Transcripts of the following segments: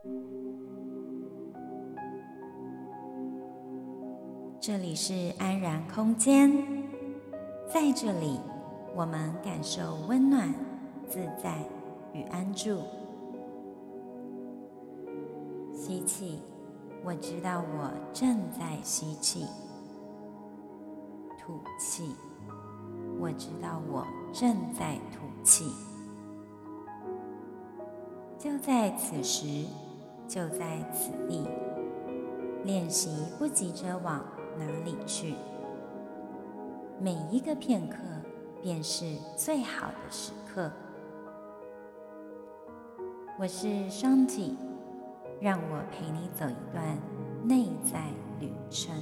这里是安然空间，在这里我们感受温暖、自在与安住。吸气，我知道我正在吸气；吐气，我知道我正在吐气。就在此时，就在此地，练习不急着往哪里去，每一个片刻便是最好的时刻。我是双体，让我陪你走一段内在旅程。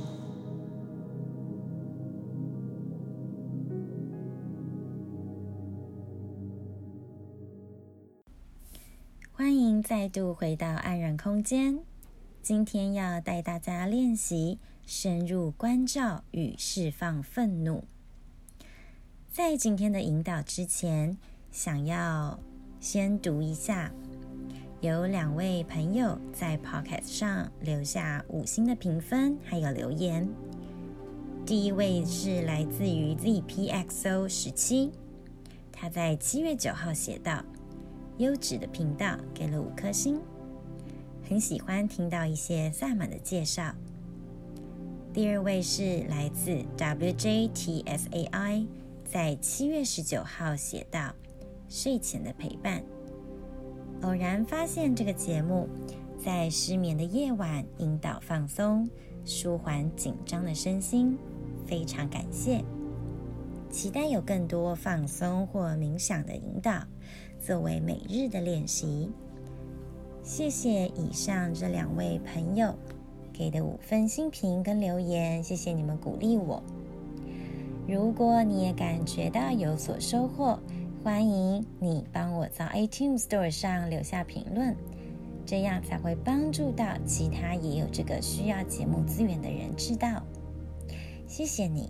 欢迎再度回到安然空间，今天要带大家练习深入关照与释放愤怒。在今天的引导之前，想要先读一下有2位朋友在 Podcast 上留下5星的评分还有留言。第一位是来自于 ZPXO17， 他在7月9号写道：优质的频道，给了5颗星，很喜欢听到一些萨满的介绍。第二位是来自 WJTSAI， 在7月19号写道：睡前的陪伴，偶然发现这个节目，在失眠的夜晚引导放松，舒缓紧张的身心，非常感谢。期待有更多放松或冥想的引导，作为每日的练习。谢谢以上这2位朋友给的5分星评跟留言，谢谢你们鼓励我。如果你也感觉到有所收获，欢迎你帮我在 iTunes Store 上留下评论，这样才会帮助到其他也有这个需要节目资源的人知道。谢谢你。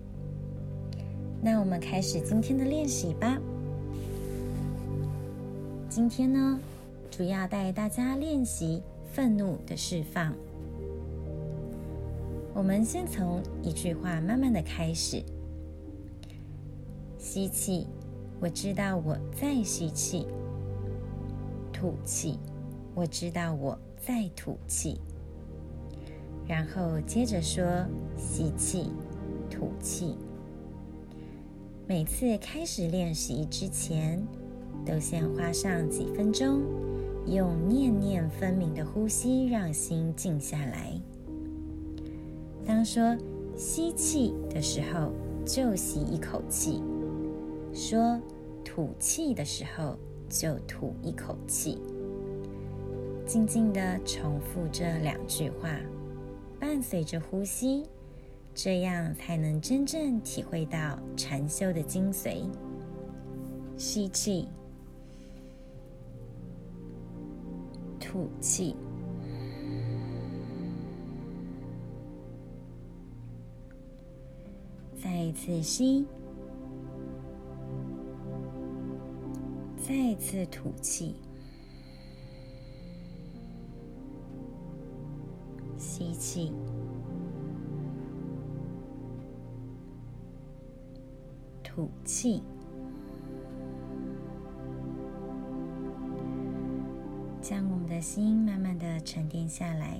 那我们开始今天的练习吧。今天呢，主要带大家练习愤怒的释放。我们先从一句话慢慢的开始。吸气，我知道我在吸气；吐气，我知道我在吐气。然后接着说吸气，吐气。每次开始练习之前，都先花上几分钟，用念念分明的呼吸让心静下来。当说吸气的时候，就吸一口气；说吐气的时候，就吐一口气。静静地重复这2句话，伴随着呼吸，这样才能真正体会到禅修的精髓。吸气，吐气，再一次吸，再一次吐气，吸气，吐气。将我们的心慢慢的沉淀下来。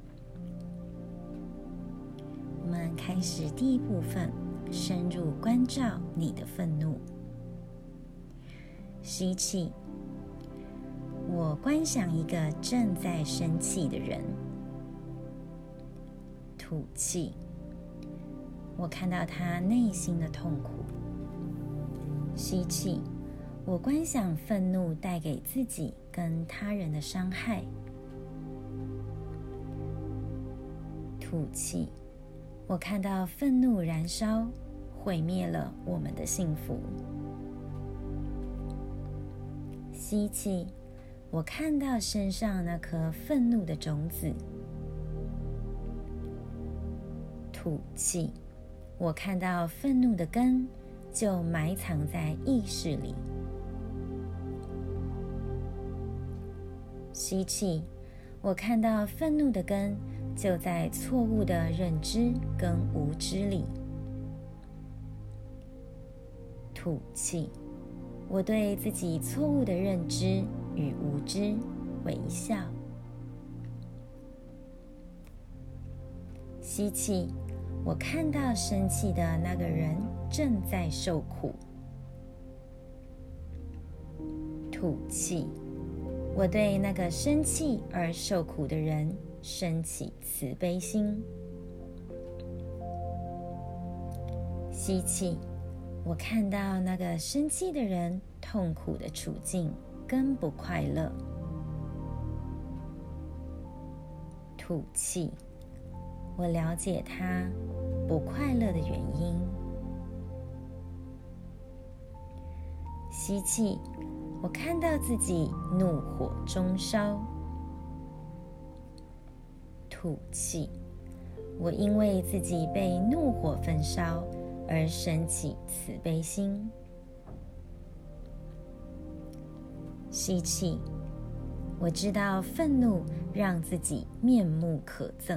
我们开始第一部分，深入关照你的愤怒。吸气，我观想一个正在生气的人。吐气，我看到他内心的痛苦。吸气，我观想愤怒带给自己跟他人的伤害。吐气，我看到愤怒燃烧，毁灭了我们的幸福。吸气，我看到身上那颗愤怒的种子。吐气，我看到愤怒的根就埋藏在意识里。吸气， 我看到愤怒的根就在错误的认知跟无知里。吐气，我对自己错误的认知与无知微笑。吸气，我看到生气的那个人正在受苦。吐气，我对那个生气而受苦的人升起慈悲心。吸气，我看到那个生气的人痛苦的处境跟不快乐。吐气，我了解他不快乐的原因。吸气，我看到自己怒火中烧。吐气，我因为自己被怒火焚烧而升起慈悲心。吸气，我知道愤怒让自己面目可憎。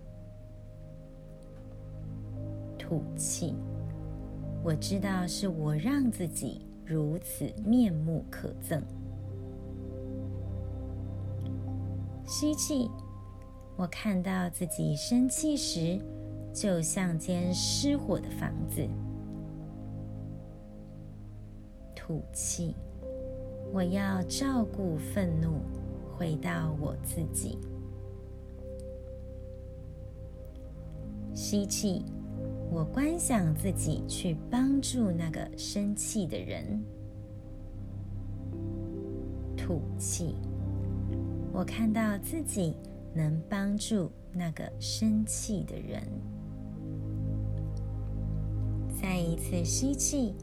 吐气，我知道是我让自己如此面目可憎。吸气，我看到自己生气时就像间失火的房子。吐气，我要照顾愤怒回到我自己。吸气，我观想自己去帮助那个生气的人。吐气，我看到自己能帮助那个生气的人。再一次吸气，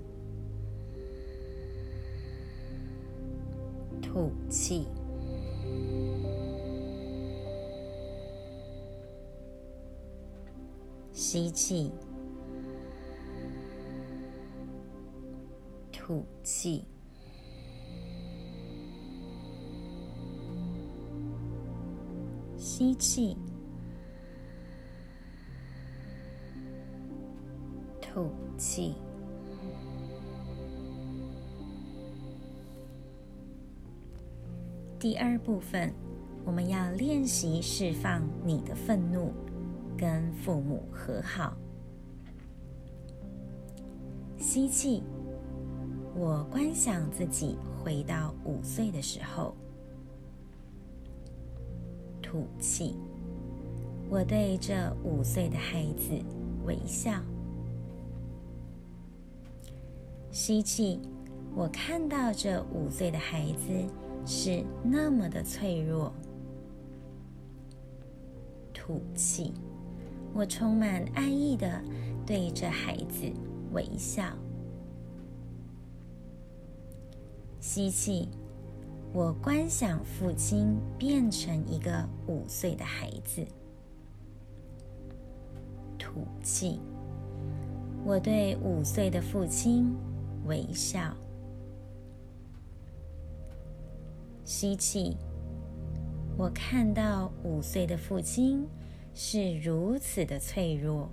吐气。吸气，吐气。吸气，吐气。第二部分，我们要练习释放你的愤怒，跟父母和好。吸气，我观想自己回到5岁的时候。吐气，我对这5岁的孩子微笑。吸气，我看到这5岁的孩子是那么的脆弱。吐气，我充满爱意地对着孩子微笑。吸气，我观想父亲变成一个5岁的孩子。吐气，我对5岁的父亲微笑。吸气，我看到5岁的父亲是如此的脆弱。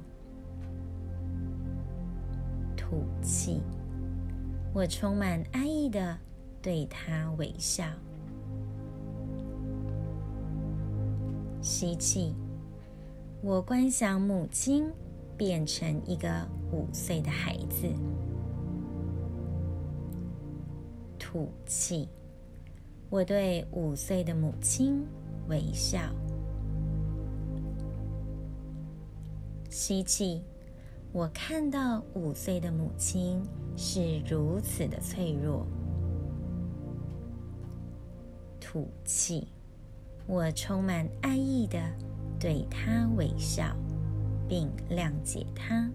吐气，我充满爱意地对他微笑。吸气，我观想母亲变成一个5岁的孩子。吐气，我对5岁的母亲微笑。吸气，我看到5岁的母亲是如此的脆弱。吐气，我充满爱意地对他微笑，并谅解他。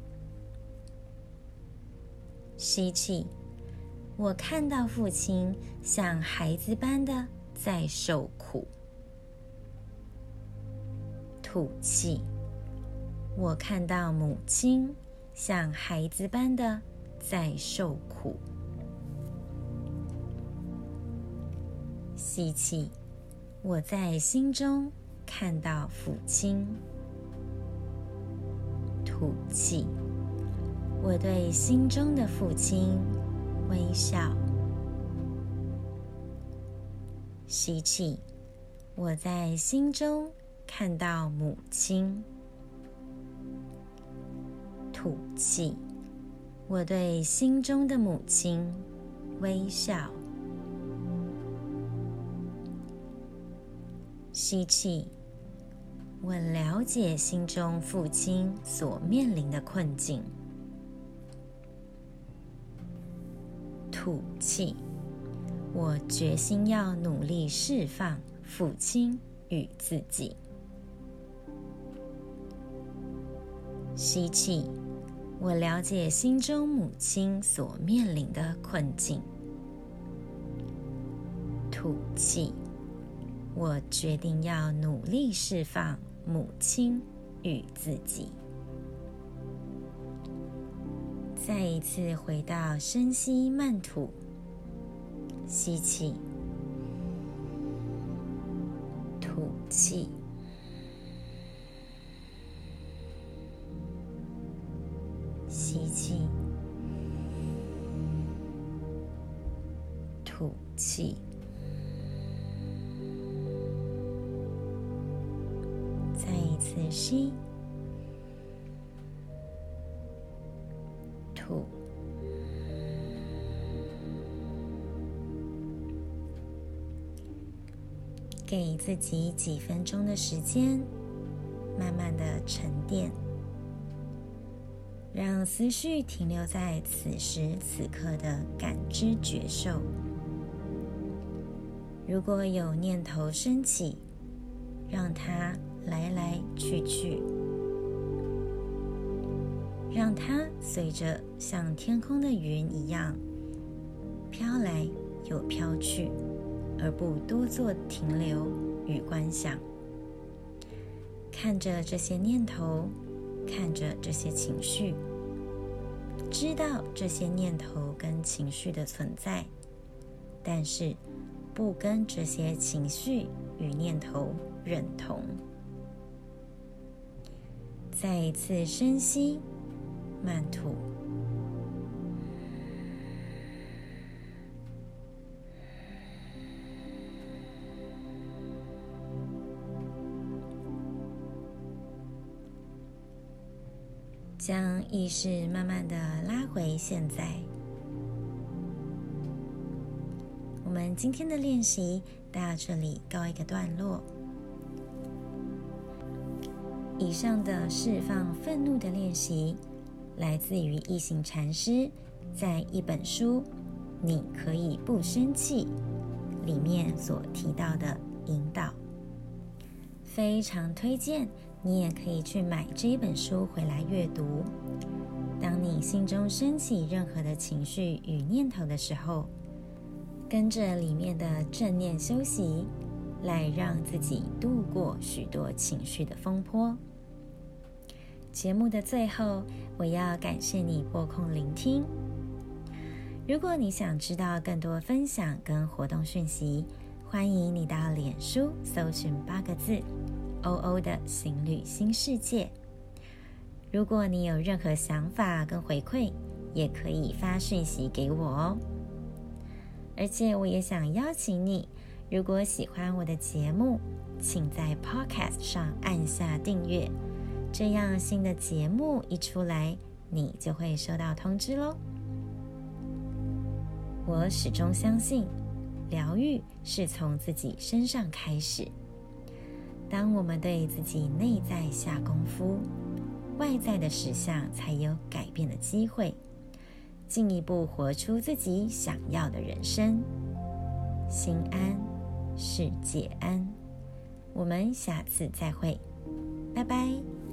吸气，我看到父亲像孩子般的在受苦。吐气，我看到母亲像孩子般的在受苦。吸气， 我在心中看到父亲。吐气，我对心中的父亲微笑。吸气，我在心中看到母亲。吐气，我对心中的母亲微笑。吸气，我了解心中父亲所面临的困境。吐气，我决心要努力释放父亲与自己。吸气，我了解心中母亲所面临的困境。吐气，我决定要努力释放母亲与自己。再一次回到深吸慢吐，吸气，吐气，吸气，吐气。再一次吸，吐，给自己几分钟的时间，慢慢的沉淀，让思绪停留在此时此刻的感知觉受。如果有念头升起，让它来来去去，让它随着像天空的云一样飘来又飘去，而不多做停留与观想。看着这些念头，看着这些情绪，知道这些念头跟情绪的存在，但是不跟这些情绪与念头认同。再一次深吸，慢吐。将意识慢慢的拉回现在。我们今天的练习到这里告一个段落。以上的释放愤怒的练习来自于一行禅师在一本书《你可以不生气》里面所提到的引导，非常推荐你也可以去买这一本书回来阅读。当你心中升起任何的情绪与念头的时候，跟着里面的正念修习来让自己度过许多情绪的风波。节目的最后，我要感谢你拨空聆听。如果你想知道更多分享跟活动讯息，欢迎你到脸书搜寻8个字OO 的行旅新世界。如果你有任何想法跟回馈，也可以发讯息给我哦。而且我也想邀请你，如果喜欢我的节目，请在 Podcast 上按下订阅，这样新的节目一出来，你就会收到通知咯。我始终相信，疗愈是从自己身上开始。当我们对自己内在下功夫，外在的实相才有改变的机会，进一步活出自己想要的人生。心安，世界安。我们下次再会，拜拜。